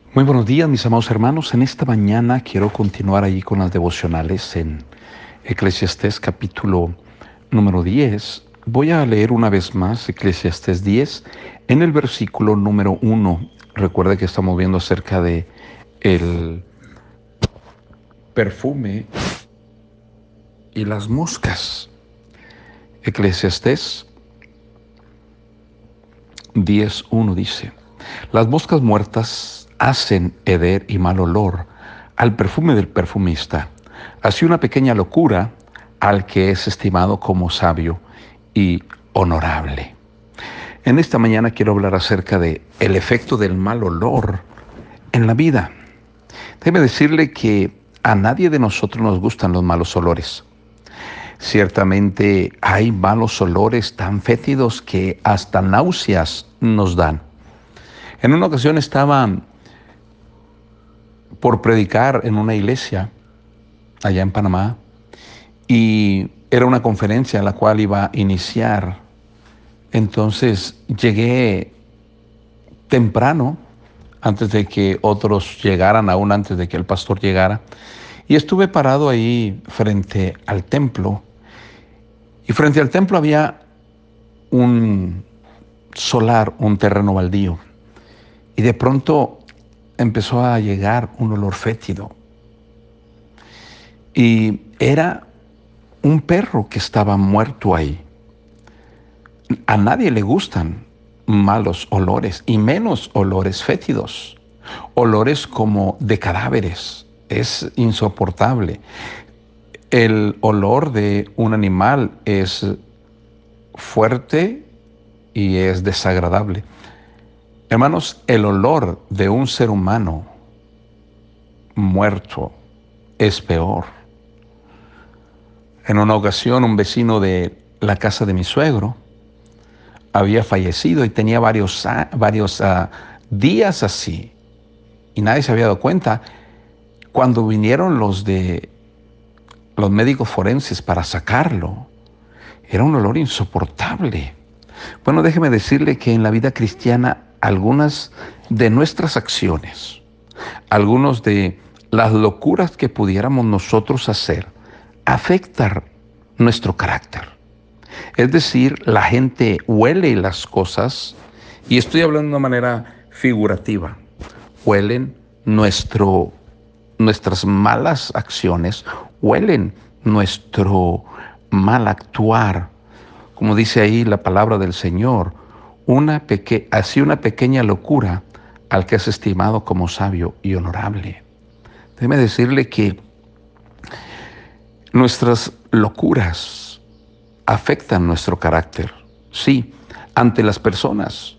Muy buenos días, mis amados hermanos. En esta mañana quiero continuar allí con las devocionales en Eclesiastés capítulo número 10. Voy a leer una vez más Eclesiastés 10 en el versículo número 1. Recuerde que estamos viendo acerca de el perfume y las moscas. Eclesiastés 10:1 dice: Las moscas muertas hacen heder y mal olor al perfume del perfumista. Así una pequeña locura al que es estimado como sabio y honorable. En esta mañana quiero hablar acerca de el efecto del mal olor en la vida. Déjeme decirle que a nadie de nosotros nos gustan los malos olores. Ciertamente hay malos olores tan fétidos que hasta náuseas nos dan. En una ocasión estaba por predicar en una iglesia allá en Panamá y era una conferencia a la cual iba a iniciar. Entonces llegué temprano, antes de que otros llegaran, aún antes de que el pastor llegara, y estuve parado ahí frente al templo. Y frente al templo había un solar, un terreno baldío. Y de pronto empezó a llegar un olor fétido. Y era un perro que estaba muerto ahí. A nadie le gustan malos olores y menos olores fétidos. Olores como de cadáveres. Es insoportable. El olor de un animal es fuerte y es desagradable. Hermanos, el olor de un ser humano muerto es peor. En una ocasión, un vecino de la casa de mi suegro había fallecido y tenía varios días así, y nadie se había dado cuenta. Cuando vinieron los médicos forenses para sacarlo, era un olor insoportable. Bueno, déjeme decirle que en la vida cristiana algunas de nuestras acciones, algunos de las locuras que pudiéramos nosotros hacer, afectan nuestro carácter. Es decir, la gente huele las cosas, y estoy hablando de una manera figurativa. Huelen nuestras malas acciones, huelen nuestro mal actuar. Como dice ahí la palabra del Señor, así una pequeña locura al que es estimado como sabio y honorable. Déjeme decirle que nuestras locuras afectan nuestro carácter, sí, ante las personas.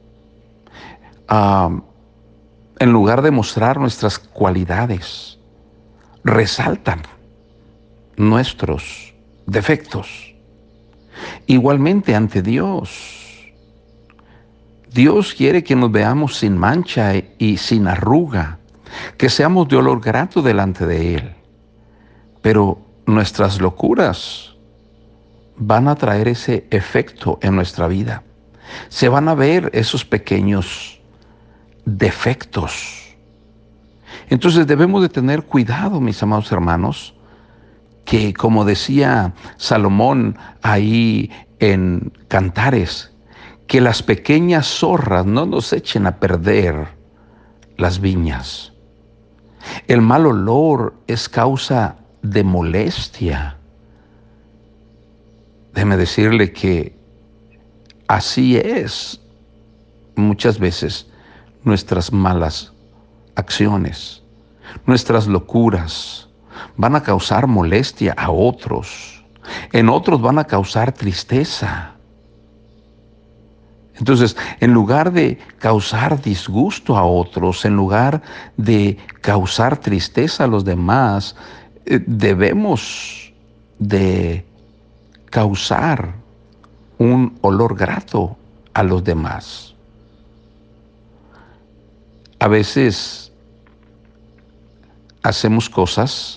Ah, en lugar de mostrar nuestras cualidades, resaltan nuestros defectos. Igualmente ante Dios. Dios quiere que nos veamos sin mancha y sin arruga, que seamos de olor grato delante de Él. Pero nuestras locuras van a traer ese efecto en nuestra vida. Se van a ver esos pequeños defectos. Entonces debemos de tener cuidado, mis amados hermanos, que como decía Salomón ahí en Cantares, que las pequeñas zorras no nos echen a perder las viñas. El mal olor es causa de molestia. Déjeme decirle que así es muchas veces nuestras malas acciones, nuestras locuras van a causar molestia a otros, en otros van a causar tristeza. Entonces, en lugar de causar disgusto a otros, en lugar de causar tristeza a los demás, debemos de causar un olor grato a los demás. A veces hacemos cosas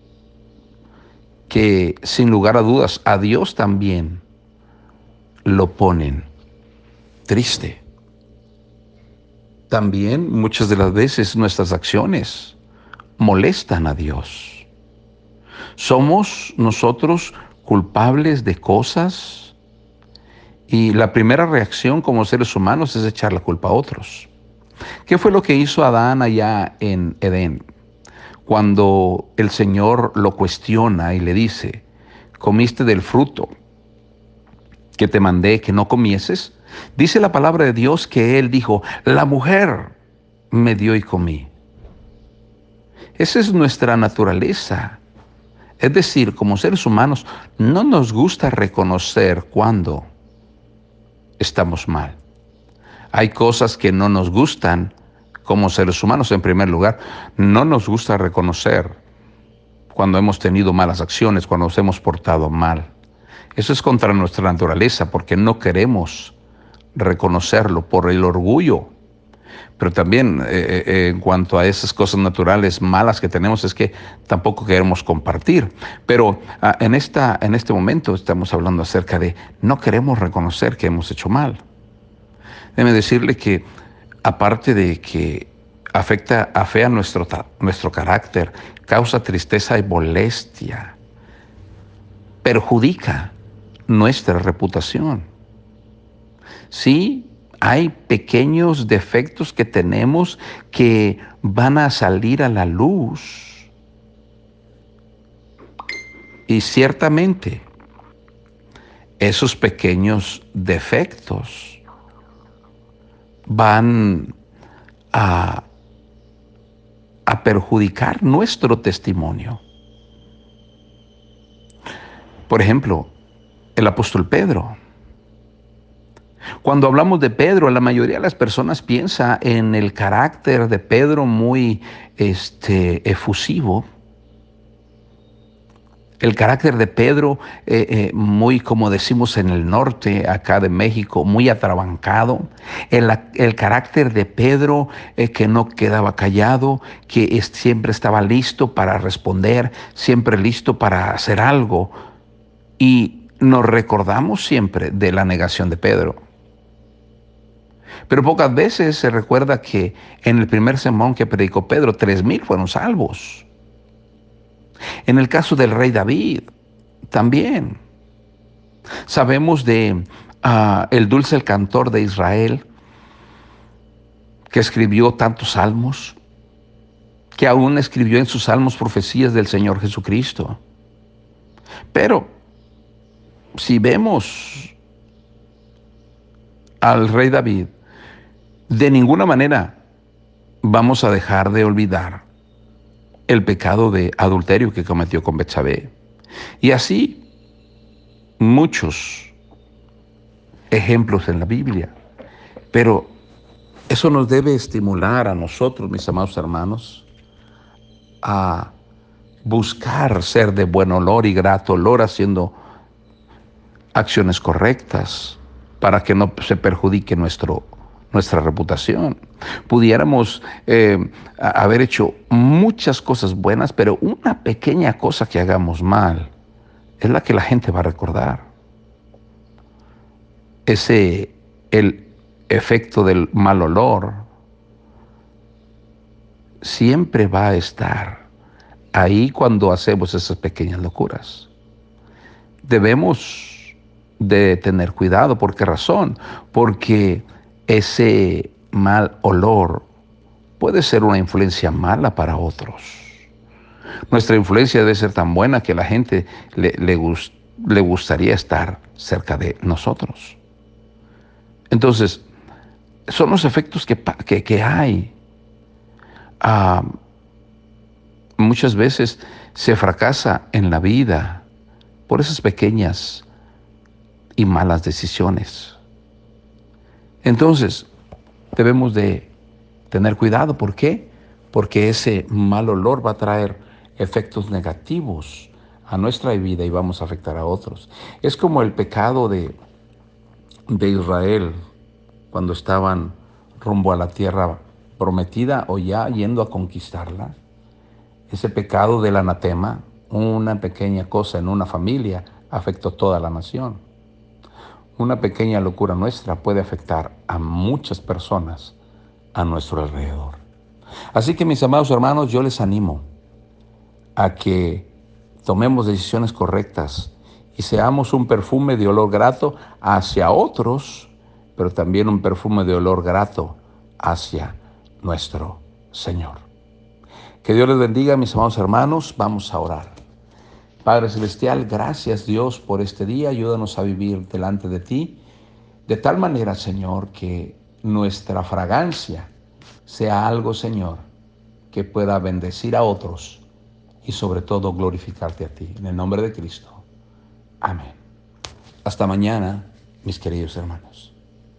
que sin lugar a dudas a Dios también lo ponen triste. también muchas de las veces nuestras acciones molestan a Dios. Somos nosotros culpables de cosas y la primera reacción como seres humanos es echar la culpa a otros. ¿Qué fue lo que hizo Adán allá en Edén? Cuando el Señor lo cuestiona y le dice, ¿comiste del fruto que te mandé que no comieses? Dice la palabra de Dios que él dijo, la mujer me dio y comí. Esa es nuestra naturaleza. Es decir, como seres humanos, no nos gusta reconocer cuando estamos mal. Hay cosas que no nos gustan como seres humanos. En primer lugar, no nos gusta reconocer cuando hemos tenido malas acciones, cuando nos hemos portado mal. Eso es contra nuestra naturaleza porque no queremos reconocerlo por el orgullo. Pero también en cuanto a esas cosas naturales malas que tenemos es que tampoco queremos compartir. Pero en este momento estamos hablando acerca de no queremos reconocer que hemos hecho mal. Déjeme decirle que aparte de que afea nuestro carácter, causa tristeza y molestia, perjudica nuestra reputación. Sí, hay pequeños defectos que tenemos que van a salir a la luz. Y ciertamente, esos pequeños defectos van a, a perjudicar nuestro testimonio. Por ejemplo, el apóstol Pedro. Cuando hablamos de Pedro, la mayoría de las personas piensa en el carácter de Pedro muy efusivo. El carácter de Pedro, muy como decimos en el norte, acá de México, muy atrabancado. El carácter de Pedro que no quedaba callado, que siempre estaba listo para responder, siempre listo para hacer algo. Y nos recordamos siempre de la negación de Pedro. Pero pocas veces se recuerda que en el primer sermón que predicó Pedro, 3,000 fueron salvos. En el caso del rey David, también. Sabemos de el dulce el cantor de Israel, que escribió tantos salmos, que aún escribió en sus salmos profecías del Señor Jesucristo. Pero si vemos al rey David, de ninguna manera vamos a dejar de olvidar el pecado de adulterio que cometió con Betsabé. Y así muchos ejemplos en la Biblia. Pero eso nos debe estimular a nosotros, mis amados hermanos, a buscar ser de buen olor y grato olor haciendo acciones correctas para que no se perjudique nuestra reputación. Pudiéramos haber hecho muchas cosas buenas, pero una pequeña cosa que hagamos mal es la que la gente va a recordar. El efecto del mal olor siempre va a estar ahí cuando hacemos esas pequeñas locuras. Debemos de tener cuidado. ¿Por qué razón? Porque ese mal olor puede ser una influencia mala para otros. Nuestra influencia debe ser tan buena que a la gente le gustaría estar cerca de nosotros. Entonces, son los efectos que hay. Muchas veces se fracasa en la vida por esas pequeñas y malas decisiones. Entonces, debemos de tener cuidado. ¿Por qué? Porque ese mal olor va a traer efectos negativos a nuestra vida y vamos a afectar a otros. Es como el pecado de Israel cuando estaban rumbo a la tierra prometida o ya yendo a conquistarla. Ese pecado del anatema, una pequeña cosa en una familia, afectó toda la nación. Una pequeña locura nuestra puede afectar a muchas personas a nuestro alrededor. Así que, mis amados hermanos, yo les animo a que tomemos decisiones correctas y seamos un perfume de olor grato hacia otros, pero también un perfume de olor grato hacia nuestro Señor. Que Dios les bendiga, mis amados hermanos. Vamos a orar. Padre Celestial, gracias Dios por este día. Ayúdanos a vivir delante de ti de tal manera, Señor, que nuestra fragancia sea algo, Señor, que pueda bendecir a otros y sobre todo glorificarte a ti. En el nombre de Cristo. Amén. Hasta mañana, mis queridos hermanos.